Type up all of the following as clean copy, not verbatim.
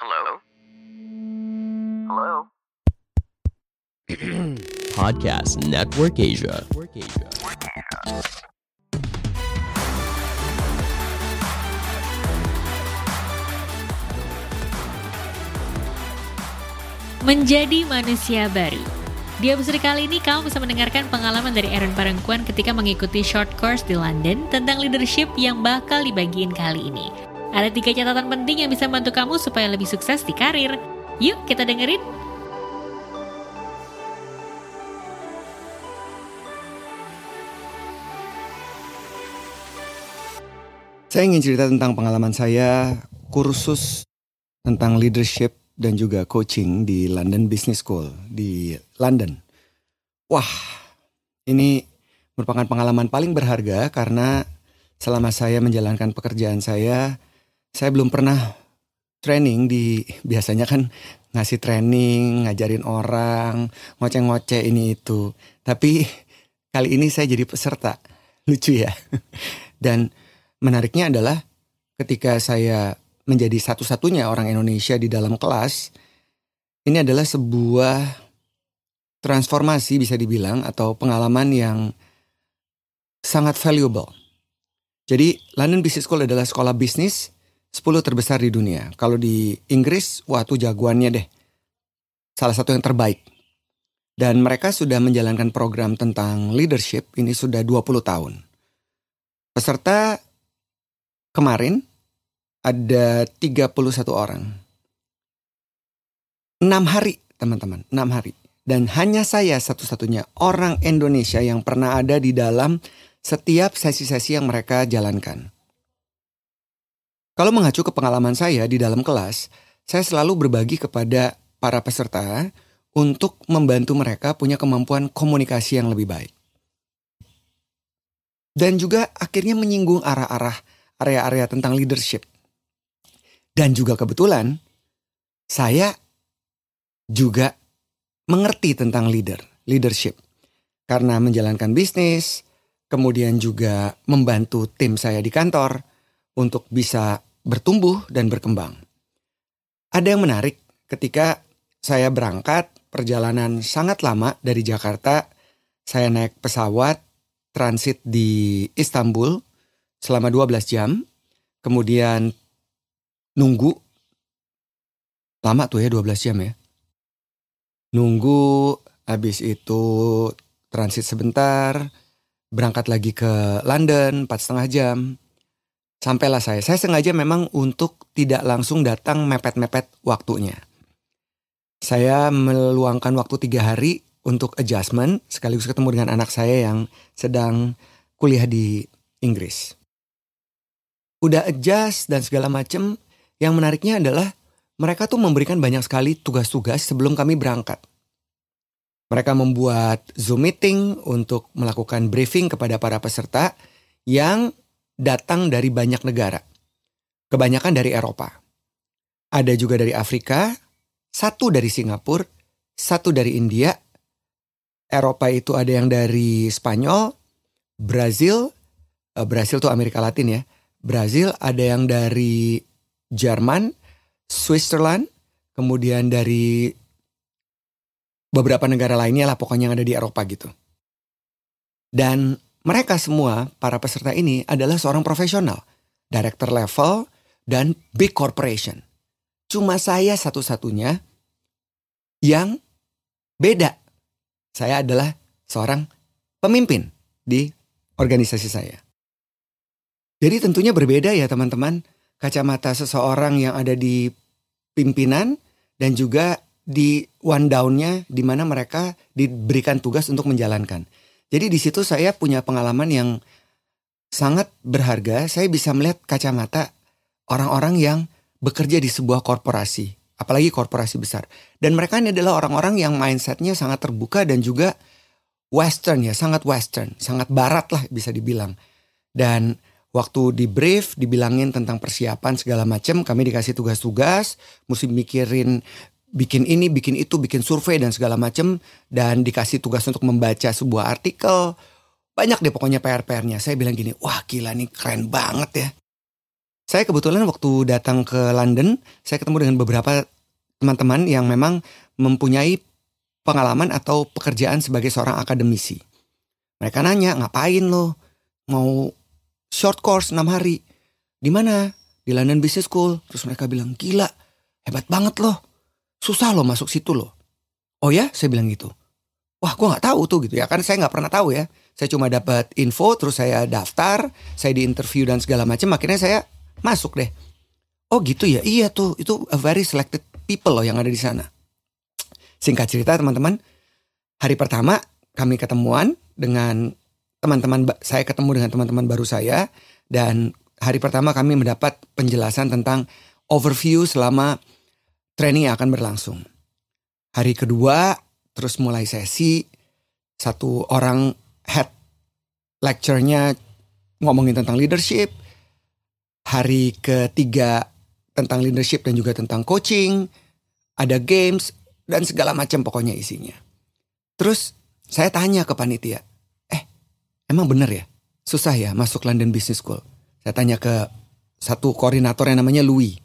Hello? Hello? Podcast Network Asia. Menjadi manusia baru. Di episode kali ini kamu bisa mendengarkan pengalaman dari Aaron Parengkuan ketika mengikuti short course di London tentang leadership yang bakal dibagiin kali ini. Ada 3 catatan penting yang bisa membantu kamu supaya lebih sukses di karir. Yuk kita dengerin. Saya ingin cerita tentang pengalaman saya kursus tentang leadership dan juga coaching di London Business School di London. Wah, ini merupakan pengalaman paling berharga karena selama saya menjalankan pekerjaan saya belum pernah training biasanya kan ngasih training, ngajarin orang, ngoceh-ngoceh ini itu. Tapi kali ini saya jadi peserta. Lucu ya. Dan menariknya adalah ketika saya menjadi satu-satunya orang Indonesia di dalam kelas, ini adalah sebuah transformasi bisa dibilang atau pengalaman yang sangat valuable. Jadi London Business School adalah sekolah bisnis 10 terbesar di dunia. Kalau di Inggris, wah tuh jagoannya deh. Salah satu yang terbaik. Dan mereka sudah menjalankan program tentang leadership ini sudah 20 tahun. Peserta kemarin ada 31 orang. 6 hari teman-teman, 6 hari. Dan hanya saya satu-satunya orang Indonesia yang pernah ada di dalam setiap sesi-sesi yang mereka jalankan. Kalau mengacu ke pengalaman saya di dalam kelas, saya selalu berbagi kepada para peserta untuk membantu mereka punya kemampuan komunikasi yang lebih baik. Dan juga akhirnya menyinggung area-area tentang leadership. Dan juga kebetulan saya juga mengerti tentang leadership. Karena menjalankan bisnis, kemudian juga membantu tim saya di kantor untuk bisa bertumbuh dan berkembang. Ada yang menarik ketika saya berangkat perjalanan sangat lama dari Jakarta, saya naik pesawat transit di Istanbul selama 12 jam, kemudian nunggu, lama tuh ya 12 jam ya. Nunggu, habis itu transit sebentar, berangkat lagi ke London 4,5 jam. Sampailah saya sengaja memang untuk tidak langsung datang mepet-mepet waktunya. Saya meluangkan waktu 3 hari untuk adjustment, sekaligus ketemu dengan anak saya yang sedang kuliah di Inggris. Udah adjust dan segala macem. Yang menariknya adalah mereka tuh memberikan banyak sekali tugas-tugas sebelum kami berangkat. Mereka membuat Zoom meeting untuk melakukan briefing kepada para peserta yang datang dari banyak negara. Kebanyakan dari Eropa. Ada juga dari Afrika, 1 dari Singapura, 1 dari India. Eropa itu ada yang dari Spanyol, Brazil tuh Amerika Latin ya. Brazil ada yang dari Jerman, Switzerland, kemudian dari beberapa negara lainnya lah pokoknya yang ada di Eropa gitu. Dan mereka semua, para peserta ini adalah seorang profesional, director level dan big corporation. Cuma saya satu-satunya yang beda. Saya adalah seorang pemimpin di organisasi saya. Jadi tentunya berbeda ya teman-teman. Kacamata seseorang yang ada di pimpinan dan juga di one down-nya di mana mereka diberikan tugas untuk menjalankan. Jadi di situ saya punya pengalaman yang sangat berharga. Saya bisa melihat kacamata orang-orang yang bekerja di sebuah korporasi, apalagi korporasi besar. Dan mereka ini adalah orang-orang yang mindset-nya sangat terbuka dan juga western ya, sangat western, sangat barat lah bisa dibilang. Dan waktu di brief, dibilangin tentang persiapan segala macam, kami dikasih tugas-tugas, mesti mikirin bikin ini, bikin itu, bikin survei dan segala macam, dan dikasih tugas untuk membaca sebuah artikel. Banyak deh pokoknya PR-nya. Saya bilang gini, wah gila nih keren banget ya. Saya kebetulan waktu datang ke London, saya ketemu dengan beberapa teman-teman yang memang mempunyai pengalaman atau pekerjaan sebagai seorang akademisi. Mereka nanya, ngapain lo? Mau short course 6 hari. Di mana? Di London Business School. Terus mereka bilang, gila, hebat banget loh. Susah loh masuk situ loh. Oh ya? Saya bilang gitu. Wah, gue gak tahu tuh gitu ya. Kan saya gak pernah tahu ya. Saya cuma dapat info, terus saya daftar, saya diinterview dan segala macam. Akhirnya saya masuk deh. Oh gitu ya? Iya tuh, itu a very selected people loh yang ada di sana. Singkat cerita teman-teman, hari pertama kami ketemuan dengan teman-teman, saya ketemu dengan teman-teman baru saya. Dan hari pertama kami mendapat penjelasan tentang overview selama training yang akan berlangsung. Hari kedua, terus mulai sesi, satu orang head lecture-nya ngomongin tentang leadership. Hari ketiga tentang leadership dan juga tentang coaching. Ada games dan segala macam pokoknya isinya. Terus saya tanya ke panitia, emang bener ya? Susah ya masuk London Business School? Saya tanya ke satu koordinator yang namanya Louis.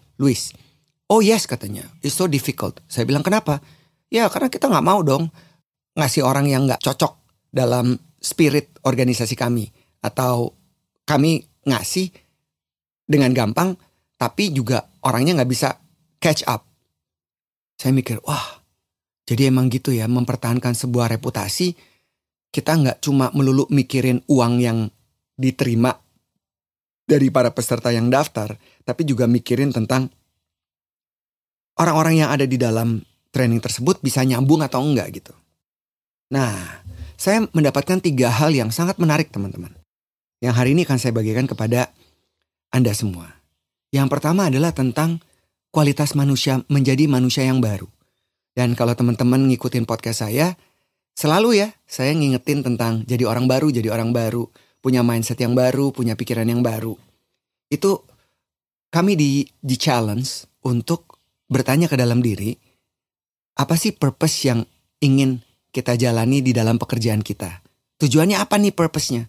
Oh yes katanya, it's so difficult. Saya bilang kenapa? Ya karena kita gak mau dong ngasih orang yang gak cocok dalam spirit organisasi kami. Atau kami ngasih dengan gampang, tapi juga orangnya gak bisa catch up. Saya mikir, wah jadi emang gitu ya, mempertahankan sebuah reputasi, kita gak cuma melulu mikirin uang yang diterima dari para peserta yang daftar, tapi juga mikirin tentang orang-orang yang ada di dalam training tersebut bisa nyambung atau enggak gitu. Nah, saya mendapatkan 3 hal yang sangat menarik teman-teman. Yang hari ini akan saya bagikan kepada Anda semua. Yang pertama adalah tentang kualitas manusia menjadi manusia yang baru. Dan kalau teman-teman ngikutin podcast saya, selalu ya saya ngingetin tentang jadi orang baru, punya mindset yang baru, punya pikiran yang baru. Itu kami di challenge untuk bertanya ke dalam diri, apa sih purpose yang ingin kita jalani di dalam pekerjaan kita? Tujuannya apa nih purpose-nya?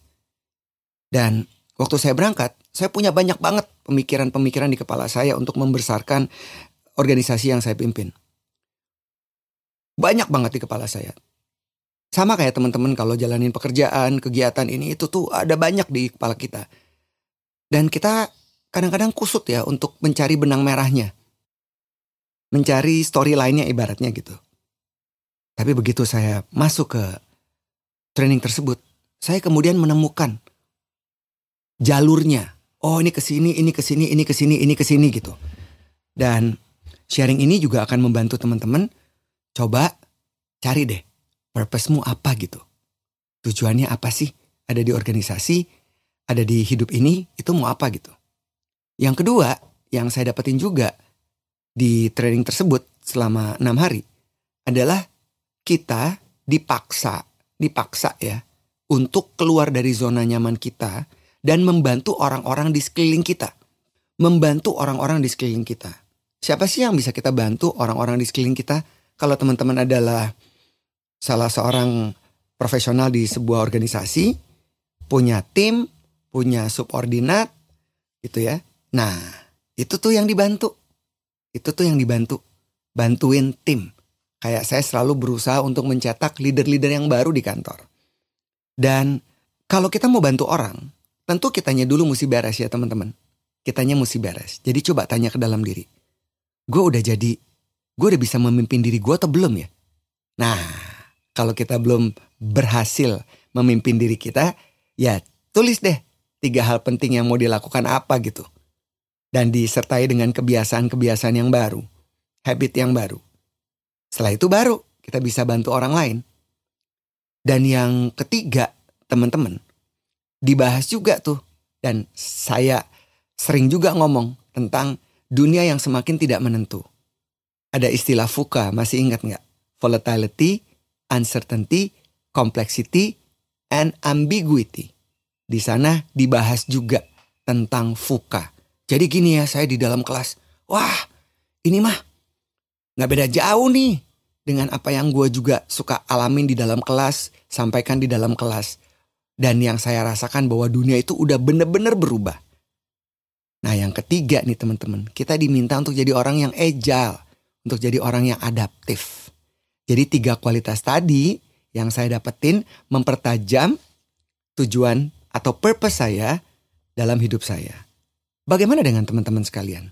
Dan waktu saya berangkat, saya punya banyak banget pemikiran-pemikiran di kepala saya untuk membesarkan organisasi yang saya pimpin. Banyak banget di kepala saya. Sama kayak teman-teman kalau jalanin pekerjaan, kegiatan ini itu tuh ada banyak di kepala kita. Dan kita kadang-kadang kusut ya untuk mencari benang merahnya. Mencari storyline-nya ibaratnya gitu. Tapi begitu saya masuk ke training tersebut, saya kemudian menemukan jalurnya. Oh ini kesini, ini kesini, ini kesini, ini kesini gitu. Dan sharing ini juga akan membantu teman-teman. Coba cari deh, purpose-mu apa gitu. Tujuannya apa sih? Ada di organisasi, ada di hidup ini, itu mau apa gitu. Yang kedua, yang saya dapetin juga di training tersebut selama 6 hari, adalah kita dipaksa ya, untuk keluar dari zona nyaman kita dan membantu orang-orang di sekeliling kita. Membantu orang-orang di sekeliling kita. Siapa sih yang bisa kita bantu orang-orang di sekeliling kita? Kalau teman-teman adalah salah seorang profesional di sebuah organisasi, punya tim, punya subordinat, gitu ya. Nah, itu tuh yang dibantu. Bantuin tim. Kayak saya selalu berusaha untuk mencetak leader-leader yang baru di kantor. Dan kalau kita mau bantu orang, tentu kitanya dulu mesti beres ya teman-teman. Kitanya mesti beres. Jadi coba tanya ke dalam diri. Gue udah bisa memimpin diri gue atau belum ya? Nah, kalau kita belum berhasil memimpin diri kita, ya tulis deh 3 hal penting yang mau dilakukan apa gitu. Dan disertai dengan kebiasaan-kebiasaan yang baru, habit yang baru. Setelah itu baru kita bisa bantu orang lain. Dan yang ketiga, teman-teman, dibahas juga tuh. Dan saya sering juga ngomong tentang dunia yang semakin tidak menentu. Ada istilah VUCA, masih ingat nggak? Volatility, uncertainty, complexity, and ambiguity. Di sana dibahas juga tentang VUCA. Jadi gini ya, saya di dalam kelas, wah ini mah nggak beda jauh nih dengan apa yang gue juga suka alamin di dalam kelas, sampaikan di dalam kelas. Dan yang saya rasakan bahwa dunia itu udah bener-bener berubah. Nah yang ketiga nih teman-teman, kita diminta untuk jadi orang yang agile, untuk jadi orang yang adaptif. Jadi 3 kualitas tadi yang saya dapetin mempertajam tujuan atau purpose saya dalam hidup saya. Bagaimana dengan teman-teman sekalian?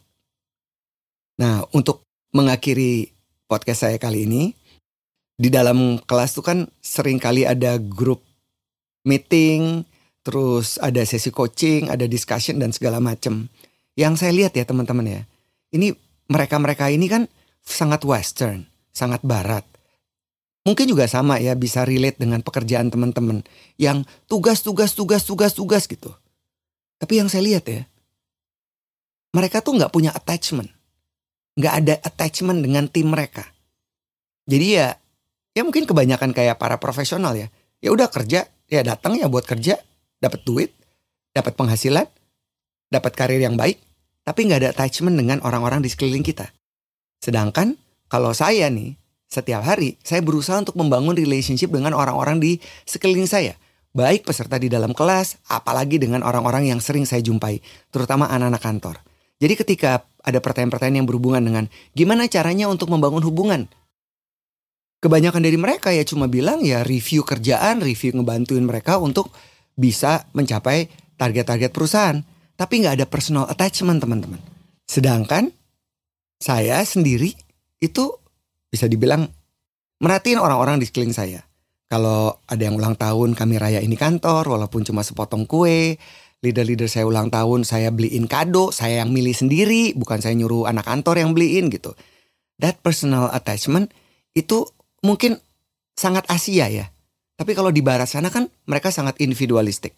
Nah, untuk mengakhiri podcast saya kali ini, di dalam kelas tuh kan sering kali ada grup meeting, terus ada sesi coaching, ada discussion dan segala macam. Yang saya lihat ya teman-teman ya, ini mereka-mereka ini kan sangat western, sangat barat. Mungkin juga sama ya, bisa relate dengan pekerjaan teman-teman yang tugas gitu. Tapi yang saya lihat ya, mereka tuh nggak punya attachment. Nggak ada attachment dengan tim mereka. Jadi ya mungkin kebanyakan kayak para profesional ya. Ya udah kerja, ya datang ya buat kerja, dapat duit, dapat penghasilan, dapat karir yang baik, tapi nggak ada attachment dengan orang-orang di sekeliling kita. Sedangkan kalau saya nih, setiap hari saya berusaha untuk membangun relationship dengan orang-orang di sekeliling saya. Baik peserta di dalam kelas, apalagi dengan orang-orang yang sering saya jumpai, terutama anak-anak kantor. Jadi ketika ada pertanyaan-pertanyaan yang berhubungan dengan gimana caranya untuk membangun hubungan, kebanyakan dari mereka ya cuma bilang ya review kerjaan, review ngebantuin mereka untuk bisa mencapai target-target perusahaan. Tapi nggak ada personal attachment teman-teman. Sedangkan saya sendiri itu bisa dibilang merhatiin orang-orang di sekeliling saya. Kalau ada yang ulang tahun kami rayain di kantor walaupun cuma sepotong kue. Leader-leader saya ulang tahun saya beliin kado, saya yang milih sendiri, bukan saya nyuruh anak kantor yang beliin gitu. That personal attachment itu mungkin sangat Asia ya. Tapi kalau di barat sana kan mereka sangat individualistik.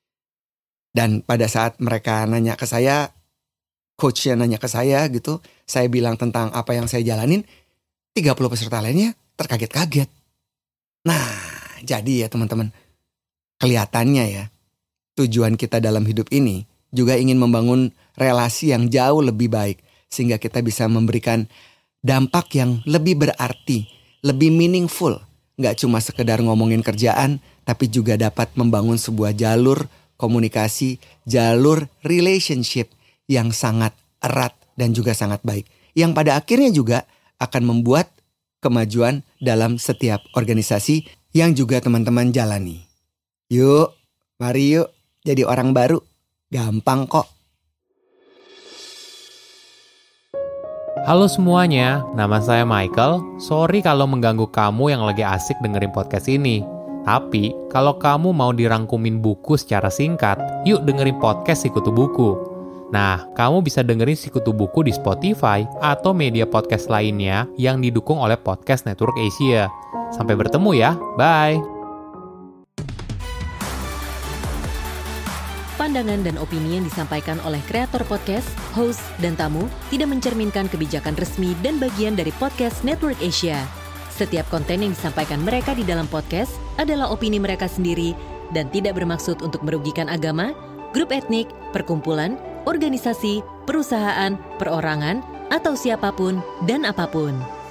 Dan pada saat mereka nanya ke saya, coachnya nanya ke saya gitu, saya bilang tentang apa yang saya jalanin, 30 peserta lainnya terkaget-kaget. Nah, jadi ya teman-teman, kelihatannya ya, tujuan kita dalam hidup ini juga ingin membangun relasi yang jauh lebih baik. Sehingga kita bisa memberikan dampak yang lebih berarti, lebih meaningful. Gak cuma sekedar ngomongin kerjaan, tapi juga dapat membangun sebuah jalur komunikasi, jalur relationship yang sangat erat dan juga sangat baik. Yang pada akhirnya juga akan membuat kemajuan dalam setiap organisasi yang juga teman-teman jalani. Yuk, mari yuk jadi orang baru. Gampang kok. Halo semuanya, nama saya Michael. Sorry kalau mengganggu kamu yang lagi asik dengerin podcast ini. Tapi, kalau kamu mau dirangkumin buku secara singkat, yuk dengerin podcast Sikutu Buku. Nah, kamu bisa dengerin Sikutu Buku di Spotify atau media podcast lainnya yang didukung oleh Podcast Network Asia. Sampai bertemu ya, bye! Pandangan dan opini yang disampaikan oleh kreator podcast, host, dan tamu tidak mencerminkan kebijakan resmi dan bagian dari Podcast Network Asia. Setiap konten yang disampaikan mereka di dalam podcast adalah opini mereka sendiri dan tidak bermaksud untuk merugikan agama, grup etnik, perkumpulan, organisasi, perusahaan, perorangan, atau siapapun dan apapun.